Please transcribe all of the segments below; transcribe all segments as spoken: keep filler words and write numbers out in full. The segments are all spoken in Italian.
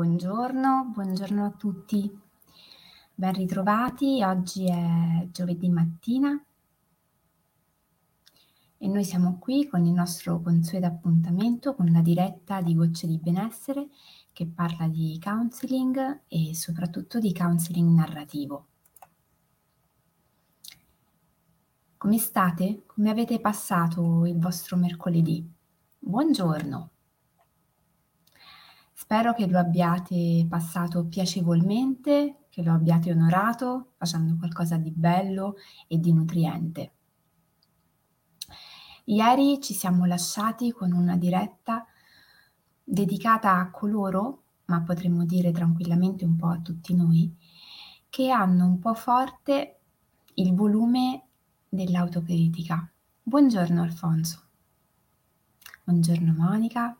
Buongiorno, buongiorno a tutti. Ben ritrovati, oggi è giovedì mattina e noi siamo qui con il nostro consueto appuntamento con la diretta di Gocce di Benessere che parla di counseling e soprattutto di counseling narrativo. Come state? Come avete passato il vostro mercoledì? Buongiorno. Spero che lo abbiate passato piacevolmente, che lo abbiate onorato facendo qualcosa di bello e di nutriente. Ieri ci siamo lasciati con una diretta dedicata a coloro, ma potremmo dire tranquillamente un po' a tutti noi, che hanno un po' forte il volume dell'autocritica. Buongiorno Alfonso. Buongiorno Monica.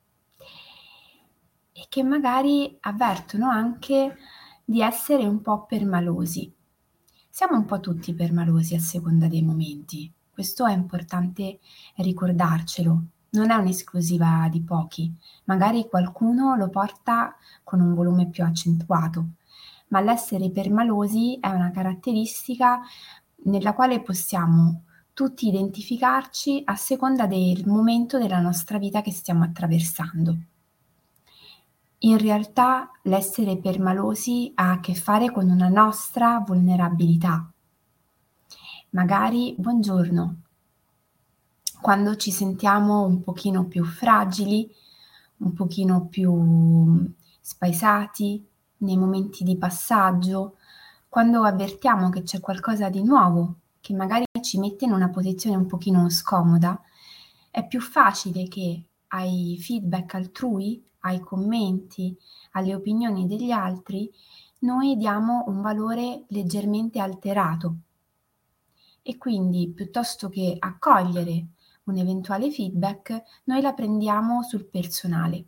E che magari avvertono anche di essere un po' permalosi. Siamo un po' tutti permalosi a seconda dei momenti, questo è importante ricordarcelo, non è un'esclusiva di pochi, magari qualcuno lo porta con un volume più accentuato, ma l'essere permalosi è una caratteristica nella quale possiamo tutti identificarci a seconda del momento della nostra vita che stiamo attraversando. In realtà l'essere permalosi ha a che fare con una nostra vulnerabilità. Magari, buongiorno, quando ci sentiamo un pochino più fragili, un pochino più spaesati, nei momenti di passaggio, quando avvertiamo che c'è qualcosa di nuovo, che magari ci mette in una posizione un pochino scomoda, è più facile che ai feedback altrui, ai commenti, alle opinioni degli altri, noi diamo un valore leggermente alterato. E quindi piuttosto che accogliere un eventuale feedback, noi la prendiamo sul personale.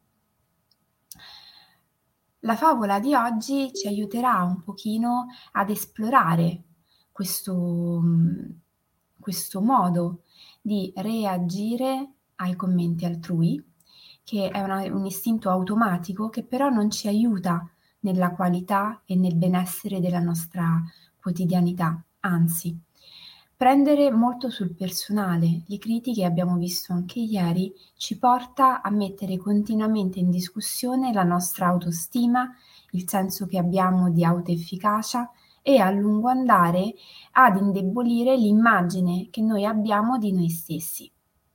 La favola di oggi ci aiuterà un pochino ad esplorare questo, questo modo di reagire ai commenti altrui, che è una, un istinto automatico che però non ci aiuta nella qualità e nel benessere della nostra quotidianità, anzi. Prendere molto sul personale le critiche, abbiamo visto anche ieri, ci porta a mettere continuamente in discussione la nostra autostima, il senso che abbiamo di autoefficacia e a lungo andare ad indebolire l'immagine che noi abbiamo di noi stessi.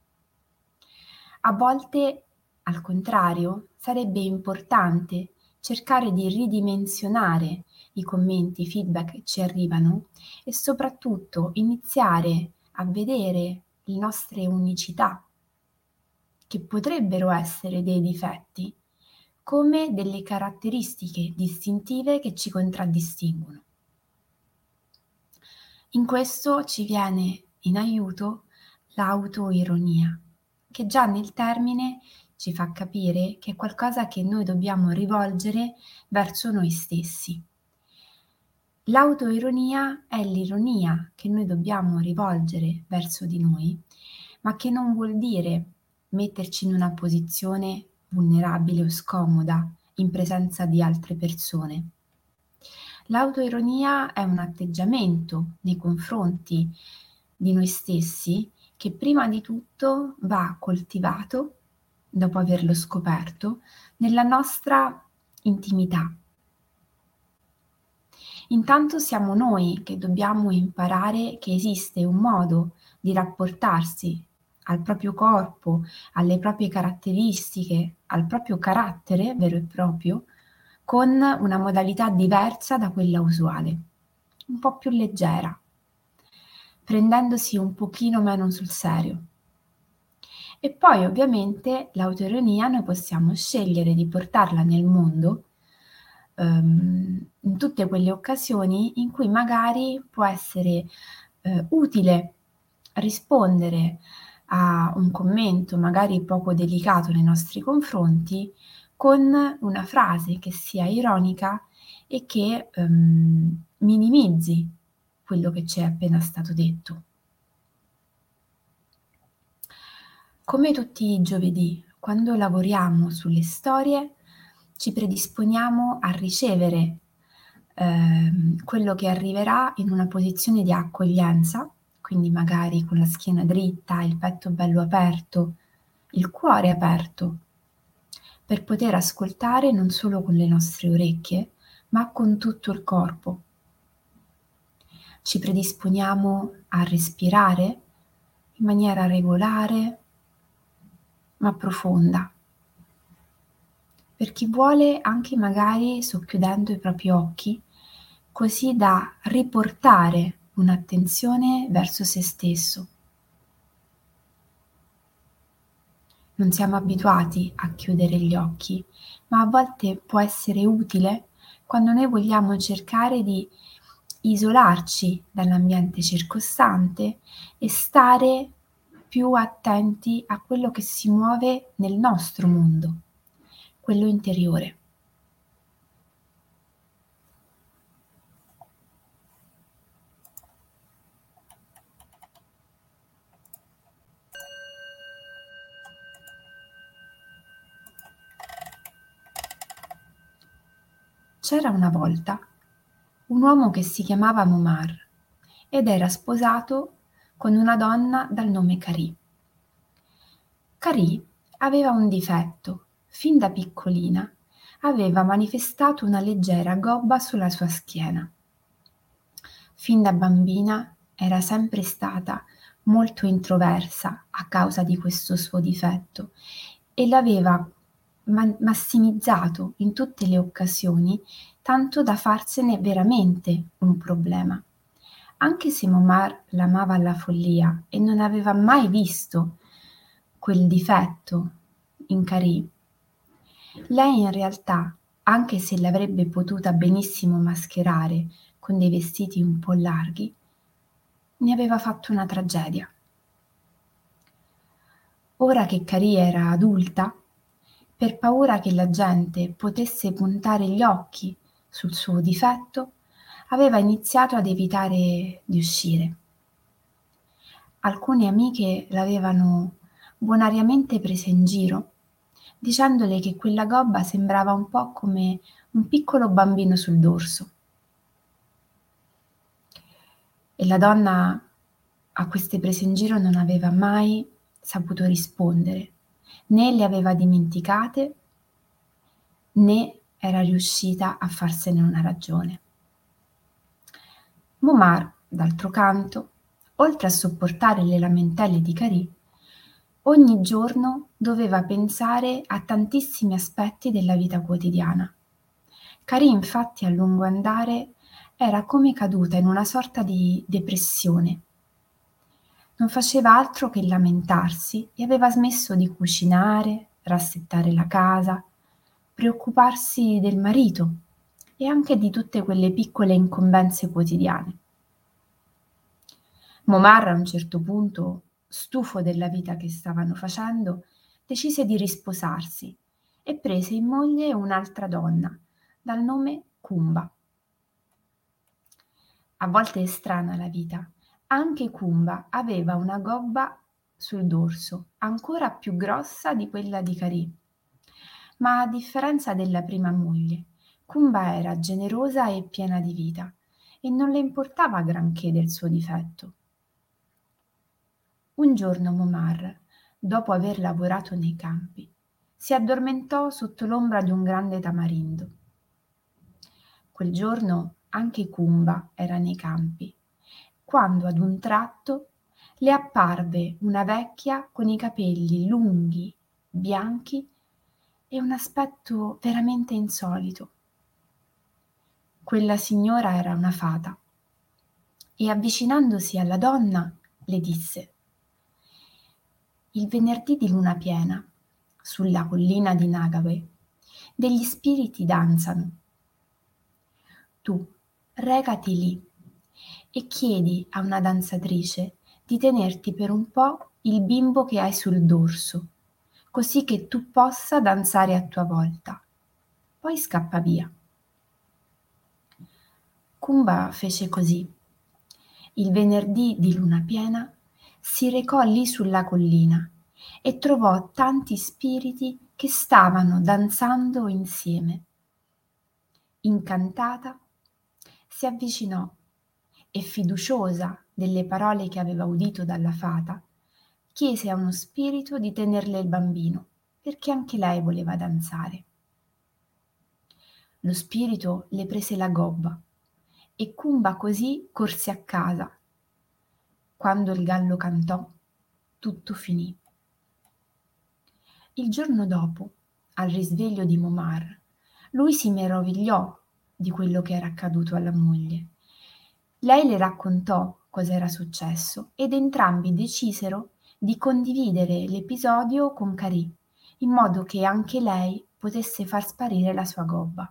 A volte, al contrario, sarebbe importante cercare di ridimensionare i commenti, i feedback che ci arrivano e soprattutto iniziare a vedere le nostre unicità, che potrebbero essere dei difetti, come delle caratteristiche distintive che ci contraddistinguono. In questo ci viene in aiuto l'autoironia, che già nel termine ci fa capire che è qualcosa che noi dobbiamo rivolgere verso noi stessi. L'autoironia è l'ironia che noi dobbiamo rivolgere verso di noi, ma che non vuol dire metterci in una posizione vulnerabile o scomoda in presenza di altre persone. L'autoironia è un atteggiamento nei confronti di noi stessi che prima di tutto va coltivato, dopo averlo scoperto, nella nostra intimità. Intanto siamo noi che dobbiamo imparare che esiste un modo di rapportarsi al proprio corpo, alle proprie caratteristiche, al proprio carattere vero e proprio, con una modalità diversa da quella usuale, un po' più leggera, prendendosi un pochino meno sul serio. E poi ovviamente l'autoironia noi possiamo scegliere di portarla nel mondo um, in tutte quelle occasioni in cui magari può essere uh, utile rispondere a un commento magari poco delicato nei nostri confronti con una frase che sia ironica e che um, minimizzi quello che ci è appena stato detto. Come tutti i giovedì, quando lavoriamo sulle storie, ci predisponiamo a ricevere ehm, quello che arriverà in una posizione di accoglienza, quindi magari con la schiena dritta, il petto bello aperto, il cuore aperto, per poter ascoltare non solo con le nostre orecchie, ma con tutto il corpo. Ci predisponiamo a respirare in maniera regolare ma profonda. Per chi vuole anche magari socchiudendo i propri occhi, così da riportare un'attenzione verso se stesso. Non siamo abituati a chiudere gli occhi, ma a volte può essere utile quando noi vogliamo cercare di isolarci dall'ambiente circostante e stare più attenti a quello che si muove nel nostro mondo, quello interiore. C'era una volta un uomo che si chiamava Momar ed era sposato con una donna dal nome Carì. Carì aveva un difetto: fin da piccolina aveva manifestato una leggera gobba sulla sua schiena. Fin da bambina era sempre stata molto introversa a causa di questo suo difetto e l'aveva ma- massimizzato in tutte le occasioni, tanto da farsene veramente un problema. Anche se Momar l'amava alla follia e non aveva mai visto quel difetto in Carì, lei in realtà, anche se l'avrebbe potuta benissimo mascherare con dei vestiti un po' larghi, ne aveva fatto una tragedia. Ora che Carì era adulta, per paura che la gente potesse puntare gli occhi sul suo difetto, aveva iniziato ad evitare di uscire. Alcune amiche l'avevano bonariamente presa in giro, dicendole che quella gobba sembrava un po' come un piccolo bambino sul dorso. E la donna a queste prese in giro non aveva mai saputo rispondere, né le aveva dimenticate, né era riuscita a farsene una ragione. Momar, d'altro canto, oltre a sopportare le lamentele di Carì, ogni giorno doveva pensare a tantissimi aspetti della vita quotidiana. Carì infatti a lungo andare era come caduta in una sorta di depressione. Non faceva altro che lamentarsi e aveva smesso di cucinare, rassettare la casa, preoccuparsi del marito e anche di tutte quelle piccole incombenze quotidiane. Momar a un certo punto, stufo della vita che stavano facendo, decise di risposarsi e prese in moglie un'altra donna, dal nome Cumba. A volte è strana la vita. Anche Cumba aveva una gobba sul dorso, ancora più grossa di quella di Carì. Ma a differenza della prima moglie, Cumba era generosa e piena di vita e non le importava granché del suo difetto. Un giorno Momar, dopo aver lavorato nei campi, si addormentò sotto l'ombra di un grande tamarindo. Quel giorno anche Cumba era nei campi, quando ad un tratto le apparve una vecchia con i capelli lunghi, bianchi e un aspetto veramente insolito. Quella signora era una fata e avvicinandosi alla donna le disse: «Il venerdì di luna piena, sulla collina di Nagaway, degli spiriti danzano. Tu recati lì e chiedi a una danzatrice di tenerti per un po' il bimbo che hai sul dorso, così che tu possa danzare a tua volta. Poi scappa via». Cumba fece così. Il venerdì di luna piena si recò lì sulla collina e trovò tanti spiriti che stavano danzando insieme. Incantata, si avvicinò e, fiduciosa delle parole che aveva udito dalla fata, chiese a uno spirito di tenerle il bambino, perché anche lei voleva danzare. Lo spirito le prese la gobba e Cumba così corse a casa. Quando il gallo cantò, tutto finì. Il giorno dopo, al risveglio di Momar, lui si meravigliò di quello che era accaduto alla moglie. Lei le raccontò cosa era successo ed entrambi decisero di condividere l'episodio con Carì, in modo che anche lei potesse far sparire la sua gobba.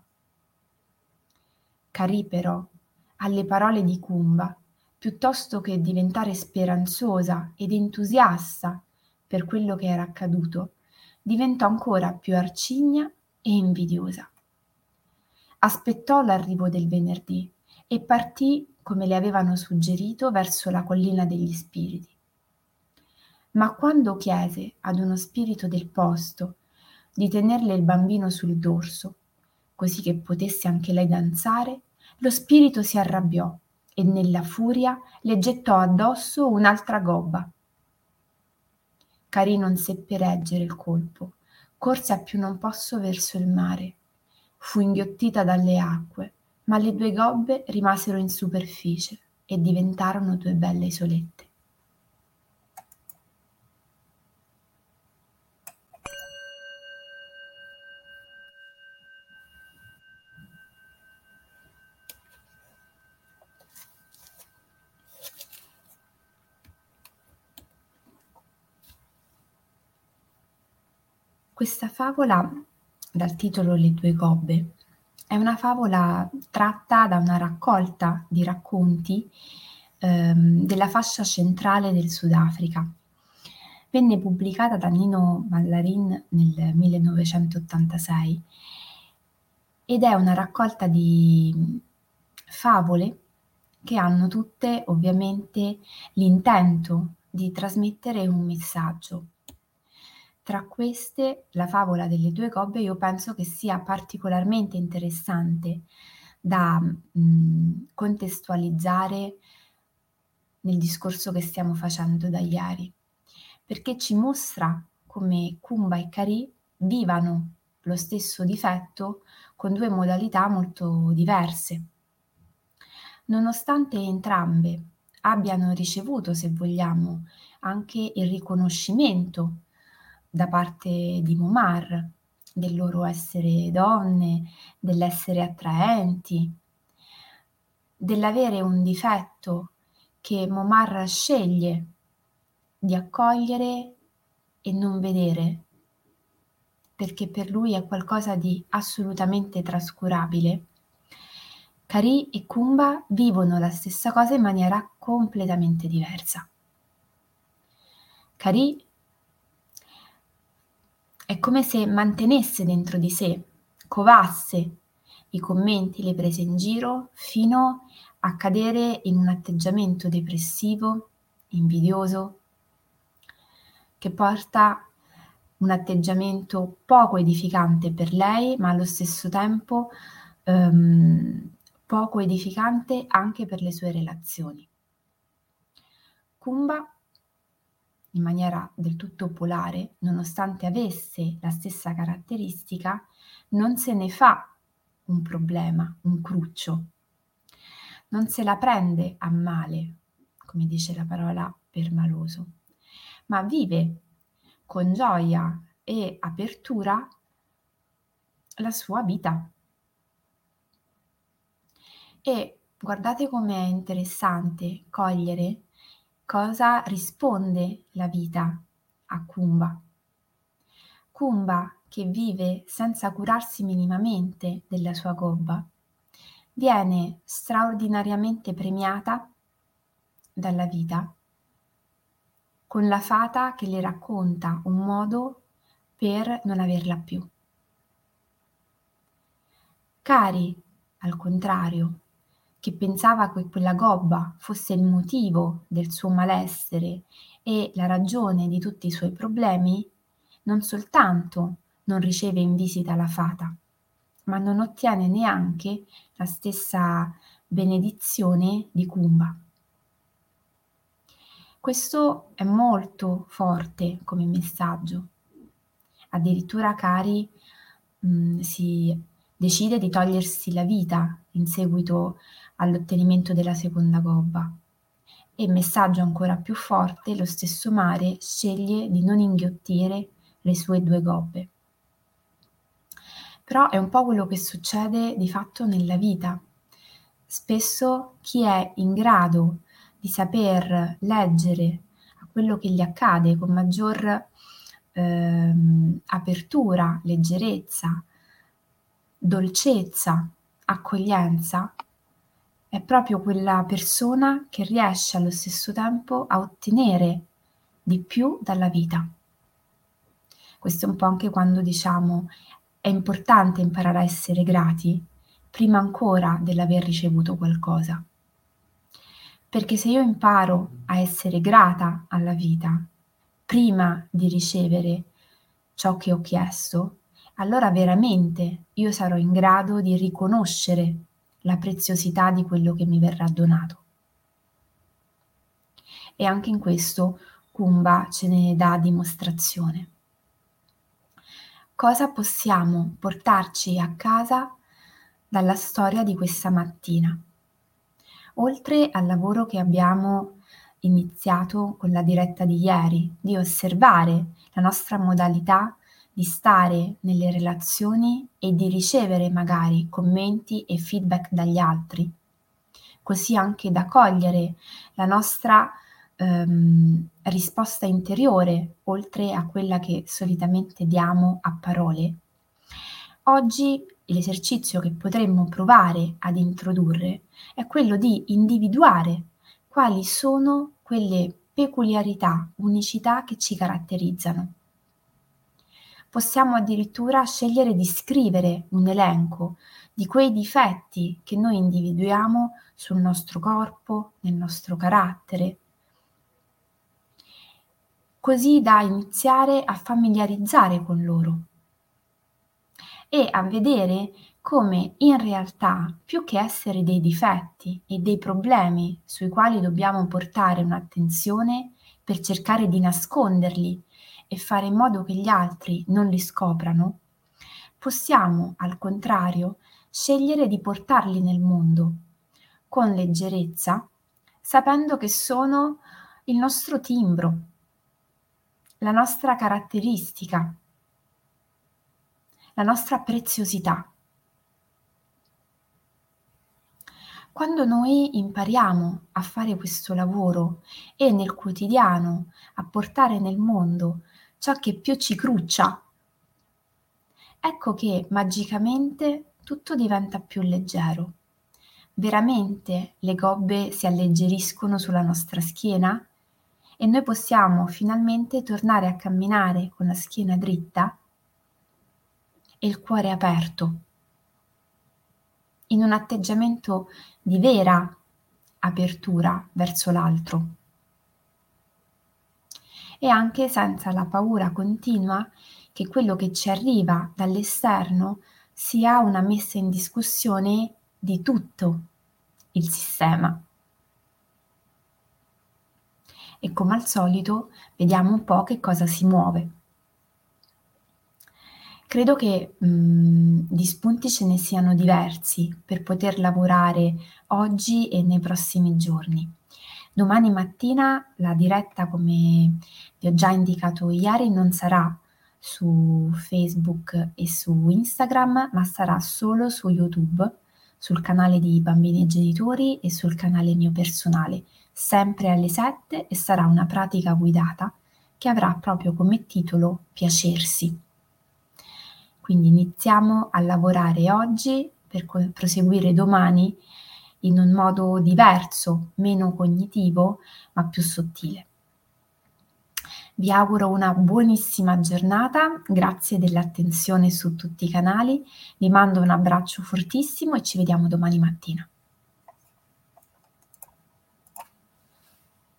Carì però, alle parole di Cumba, piuttosto che diventare speranzosa ed entusiasta per quello che era accaduto, diventò ancora più arcigna e invidiosa. Aspettò l'arrivo del venerdì e partì, come le avevano suggerito, verso la collina degli spiriti. Ma quando chiese ad uno spirito del posto di tenerle il bambino sul dorso, così che potesse anche lei danzare, lo spirito si arrabbiò e nella furia le gettò addosso un'altra gobba. Carì non seppe reggere il colpo, corse a più non posso verso il mare. Fu inghiottita dalle acque, ma le due gobbe rimasero in superficie e diventarono due belle isolette. Questa favola, dal titolo Le due gobbe, è una favola tratta da una raccolta di racconti ehm, della fascia centrale del Sudafrica. Venne pubblicata da Nino Ballarin nel millenovecentottantasei ed è una raccolta di favole che hanno tutte ovviamente l'intento di trasmettere un messaggio. Tra queste, la favola delle due gobbe io penso che sia particolarmente interessante da mh, contestualizzare nel discorso che stiamo facendo da ieri, perché ci mostra come Cumba e Carì vivano lo stesso difetto con due modalità molto diverse. Nonostante entrambe abbiano ricevuto, se vogliamo, anche il riconoscimento da parte di Momar del loro essere donne, dell'essere attraenti, dell'avere un difetto che Momar sceglie di accogliere e non vedere, perché per lui è qualcosa di assolutamente trascurabile. Carì e Cumba vivono la stessa cosa in maniera completamente diversa. Carì è come se mantenesse dentro di sé, covasse i commenti, le prese in giro, fino a cadere in un atteggiamento depressivo, invidioso, che porta un atteggiamento poco edificante per lei, ma allo stesso tempo ehm, poco edificante anche per le sue relazioni. Cumba, in maniera del tutto polare, nonostante avesse la stessa caratteristica, non se ne fa un problema, un cruccio. Non se la prende a male, come dice la parola permaloso, ma vive con gioia e apertura la sua vita. E guardate com'è interessante cogliere cosa risponde la vita a Cumba. Cumba, che vive senza curarsi minimamente della sua gobba, viene straordinariamente premiata dalla vita con la fata che le racconta un modo per non averla più. Carì, al contrario, che pensava che quella gobba fosse il motivo del suo malessere e la ragione di tutti i suoi problemi, non soltanto non riceve in visita la fata, ma non ottiene neanche la stessa benedizione di Kumba. Questo è molto forte come messaggio. Addirittura Kari mh, si decide di togliersi la vita in seguito all'ottenimento della seconda gobba. E messaggio ancora più forte, lo stesso mare sceglie di non inghiottire le sue due gobbe. Però è un po' quello che succede di fatto nella vita. Spesso chi è in grado di saper leggere a quello che gli accade con maggior ehm, apertura, leggerezza, dolcezza, accoglienza, è proprio quella persona che riesce allo stesso tempo a ottenere di più dalla vita. Questo è un po' anche quando diciamo è importante imparare a essere grati prima ancora dell'aver ricevuto qualcosa. Perché se io imparo a essere grata alla vita prima di ricevere ciò che ho chiesto, allora veramente io sarò in grado di riconoscere la preziosità di quello che mi verrà donato. E anche in questo Kumba ce ne dà dimostrazione. Cosa possiamo portarci a casa dalla storia di questa mattina? Oltre al lavoro che abbiamo iniziato con la diretta di ieri, di osservare la nostra modalità di stare nelle relazioni e di ricevere magari commenti e feedback dagli altri, così anche da cogliere la nostra ehm, risposta interiore, oltre a quella che solitamente diamo a parole. Oggi l'esercizio che potremmo provare ad introdurre è quello di individuare quali sono quelle peculiarità, unicità che ci caratterizzano. Possiamo addirittura scegliere di scrivere un elenco di quei difetti che noi individuiamo sul nostro corpo, nel nostro carattere, così da iniziare a familiarizzare con loro e a vedere come in realtà, più che essere dei difetti e dei problemi sui quali dobbiamo portare un'attenzione per cercare di nasconderli e fare in modo che gli altri non li scoprano, possiamo al contrario scegliere di portarli nel mondo con leggerezza, sapendo che sono il nostro timbro, la nostra caratteristica, la nostra preziosità. Quando noi impariamo a fare questo lavoro e nel quotidiano a portare nel mondo ciò che più ci cruccia, ecco che magicamente tutto diventa più leggero. Veramente le gobbe si alleggeriscono sulla nostra schiena e noi possiamo finalmente tornare a camminare con la schiena dritta e il cuore aperto, in un atteggiamento di vera apertura verso l'altro e anche senza la paura continua che quello che ci arriva dall'esterno sia una messa in discussione di tutto il sistema. E come al solito vediamo un po' che cosa si muove. Credo che mh, di spunti ce ne siano diversi per poter lavorare oggi e nei prossimi giorni. Domani mattina la diretta, come vi ho già indicato ieri, non sarà su Facebook e su Instagram, ma sarà solo su YouTube, sul canale di Bambini e Genitori e sul canale mio personale, sempre alle sette, e sarà una pratica guidata che avrà proprio come titolo Piacersi. Quindi iniziamo a lavorare oggi per co- proseguire domani in un modo diverso, meno cognitivo, ma più sottile. Vi auguro una buonissima giornata, grazie dell'attenzione su tutti i canali, vi mando un abbraccio fortissimo e ci vediamo domani mattina.